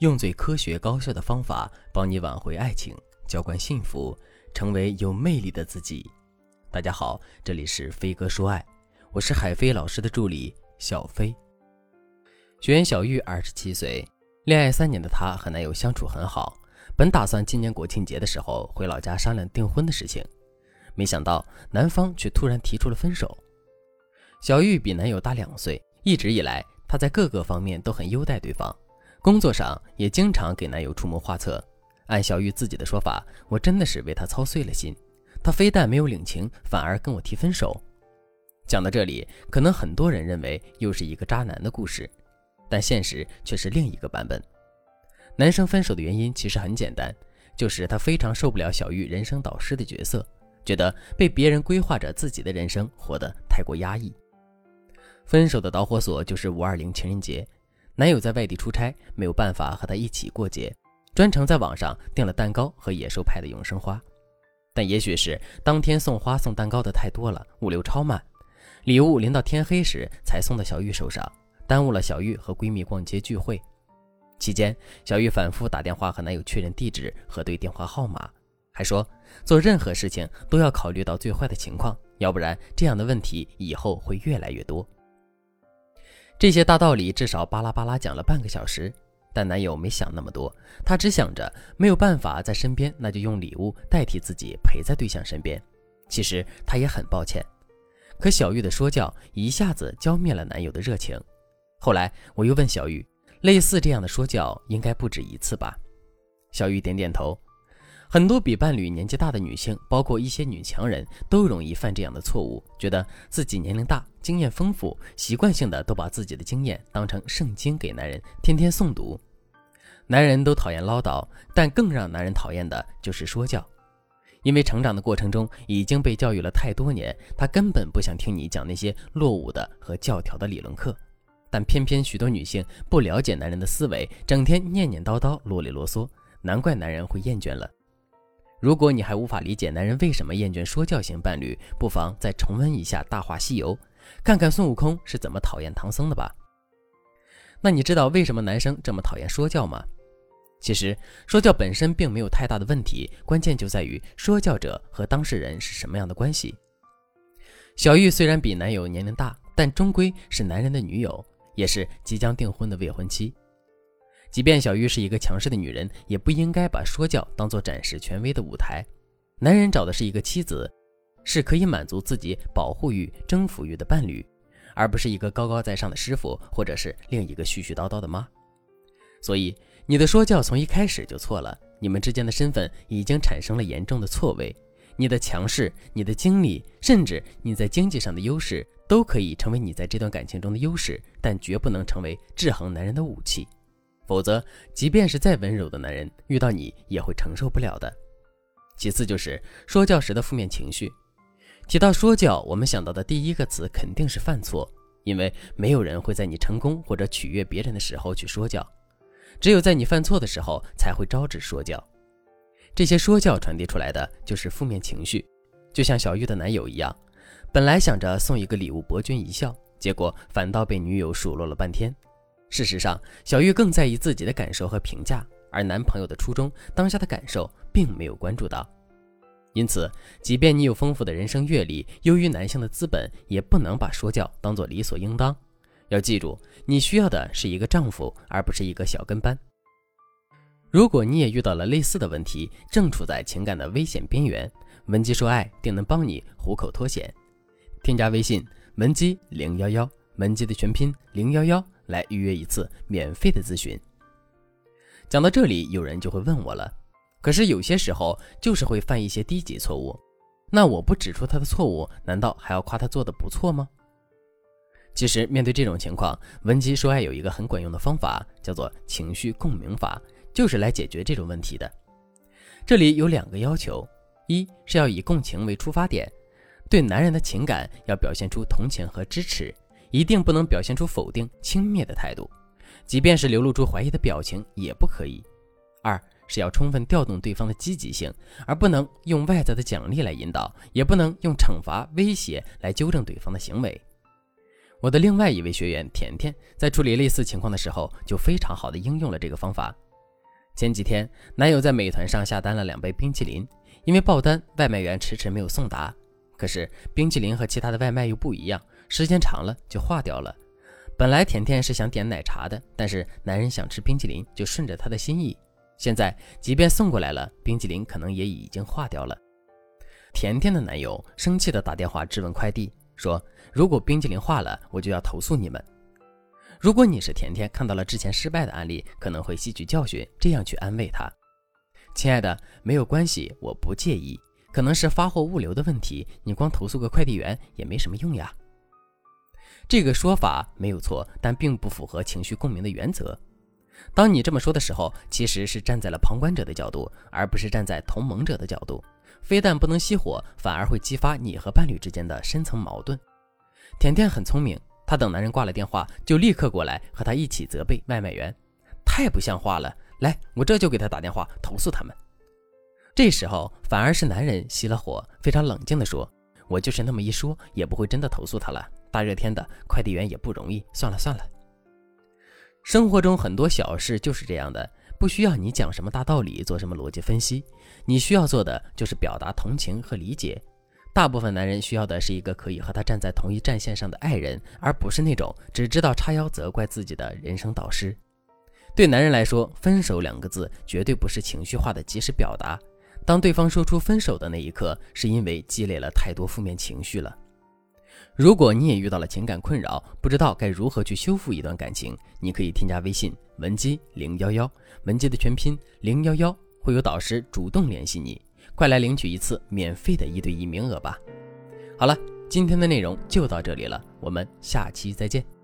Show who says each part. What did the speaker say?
Speaker 1: 用最科学高效的方法帮你挽回爱情，浇灌幸福，成为有魅力的自己。大家好，这里是飞哥说爱，我是海飞老师的助理小飞。学员小玉27岁，恋爱3年的她和男友相处很好，本打算今年国庆节的时候回老家商量订婚的事情，没想到男方却突然提出了分手。小玉比男友大2岁，一直以来她在各个方面都很优待对方，工作上也经常给男友出谋划策。按小玉自己的说法，我真的是为她操碎了心，她非但没有领情，反而跟我提分手。讲到这里，可能很多人认为又是一个渣男的故事，但现实却是另一个版本。男生分手的原因其实很简单，就是他非常受不了小玉人生导师的角色，觉得被别人规划着自己的人生，活得太过压抑。分手的导火索就是520情人节，男友在外地出差，没有办法和他一起过节，专程在网上订了蛋糕和野兽派的永生花。但也许是当天送花送蛋糕的太多了，物流超慢，礼物临到天黑时才送到小玉手上，耽误了小玉和闺蜜逛街聚会。期间，小玉反复打电话和男友确认地址和对电话号码，还说做任何事情都要考虑到最坏的情况，要不然这样的问题以后会越来越多。这些大道理至少巴拉巴拉讲了半个小时，但男友没想那么多，他只想着没有办法在身边，那就用礼物代替自己陪在对象身边。其实他也很抱歉，可小玉的说教一下子浇灭了男友的热情。后来我又问小玉，类似这样的说教应该不止一次吧？小玉点点头。很多比伴侣年纪大的女性，包括一些女强人，都容易犯这样的错误，觉得自己年龄大，经验丰富，习惯性的都把自己的经验当成圣经给男人，天天诵读。男人都讨厌唠叨，但更让男人讨厌的就是说教。因为成长的过程中已经被教育了太多年，他根本不想听你讲那些落伍的和教条的理论课。但偏偏许多女性不了解男人的思维，整天念念叨叨，啰里啰嗦，难怪男人会厌倦了。如果你还无法理解男人为什么厌倦说教型伴侣，不妨再重温一下《大话西游》，看看孙悟空是怎么讨厌唐僧的吧。那你知道为什么男生这么讨厌说教吗？其实说教本身并没有太大的问题，关键就在于说教者和当事人是什么样的关系。小玉虽然比男友年龄大，但终归是男人的女友，也是即将订婚的未婚妻。即便小玉是一个强势的女人，也不应该把说教当作展示权威的舞台。男人找的是一个妻子，是可以满足自己保护欲、征服欲的伴侣，而不是一个高高在上的师傅，或者是另一个絮絮叨叨的妈。所以你的说教从一开始就错了，你们之间的身份已经产生了严重的错位。你的强势、你的经历，甚至你在经济上的优势，都可以成为你在这段感情中的优势，但绝不能成为制衡男人的武器。否则，即便是再温柔的男人，遇到你也会承受不了的。其次就是说教时的负面情绪。提到说教，我们想到的第一个词肯定是犯错，因为没有人会在你成功或者取悦别人的时候去说教，只有在你犯错的时候才会招致说教。这些说教传递出来的就是负面情绪，就像小玉的男友一样，本来想着送一个礼物博君一笑，结果反倒被女友数落了半天。事实上，小玉更在意自己的感受和评价，而男朋友的初衷、当下的感受并没有关注到。因此，即便你有丰富的人生阅历，优于男性的资本，也不能把说教当作理所应当。要记住，你需要的是一个丈夫，而不是一个小跟班。如果你也遇到了类似的问题，正处在情感的危险边缘，文姬说爱定能帮你虎口脱险。添加微信文姬011，文姬的全拼011，来预约一次免费的咨询。讲到这里，有人就会问我了，可是有些时候就是会犯一些低级错误，那我不指出他的错误，难道还要夸他做得不错吗？其实面对这种情况，文姬说爱有一个很管用的方法，叫做情绪共鸣法，就是来解决这种问题的。这里有2个要求，一是要以共情为出发点，对男人的情感要表现出同情和支持，一定不能表现出否定、轻蔑的态度，即便是流露出怀疑的表情也不可以。2是要充分调动对方的积极性，而不能用外在的奖励来引导，也不能用惩罚、威胁来纠正对方的行为。我的另外一位学员甜甜在处理类似情况的时候就非常好的应用了这个方法， 前几天，男友在美团上下单了2杯冰淇淋，因为爆单，外卖员迟迟没有送达。可是冰淇淋和其他的外卖又不一样，时间长了就化掉了。本来甜甜是想点奶茶的，但是男人想吃冰淇淋，就顺着他的心意。现在即便送过来了，冰淇淋可能也已经化掉了。甜甜的男友生气地打电话质问快递，说如果冰淇淋化了，我就要投诉你们。如果你是甜甜，看到了之前失败的案例，可能会吸取教训，这样去安慰他。亲爱的，没有关系，我不介意，可能是发货物流的问题，你光投诉个快递员也没什么用呀。这个说法没有错，但并不符合情绪共鸣的原则。当你这么说的时候，其实是站在了旁观者的角度，而不是站在同盟者的角度，非但不能熄火，反而会激发你和伴侣之间的深层矛盾。甜甜很聪明，她等男人挂了电话，就立刻过来和他一起责备外卖员，太不像话了，来，我这就给他打电话投诉他们。这时候反而是男人熄了火，非常冷静地说，我就是那么一说，也不会真的投诉他了，大热天的，快递员也不容易，算了算了。生活中很多小事就是这样的，不需要你讲什么大道理，做什么逻辑分析，你需要做的就是表达同情和理解。大部分男人需要的是一个可以和他站在同一战线上的爱人，而不是那种只知道叉腰责怪自己的人生导师。对男人来说，分手2个字绝对不是情绪化的及时表达，当对方说出分手的那一刻，是因为积累了太多负面情绪了。如果你也遇到了情感困扰，不知道该如何去修复一段感情，你可以添加微信文姬011，文姬的全拼011，会有导师主动联系你，快来领取一次免费的1对1名额吧。好了，今天的内容就到这里了，我们下期再见。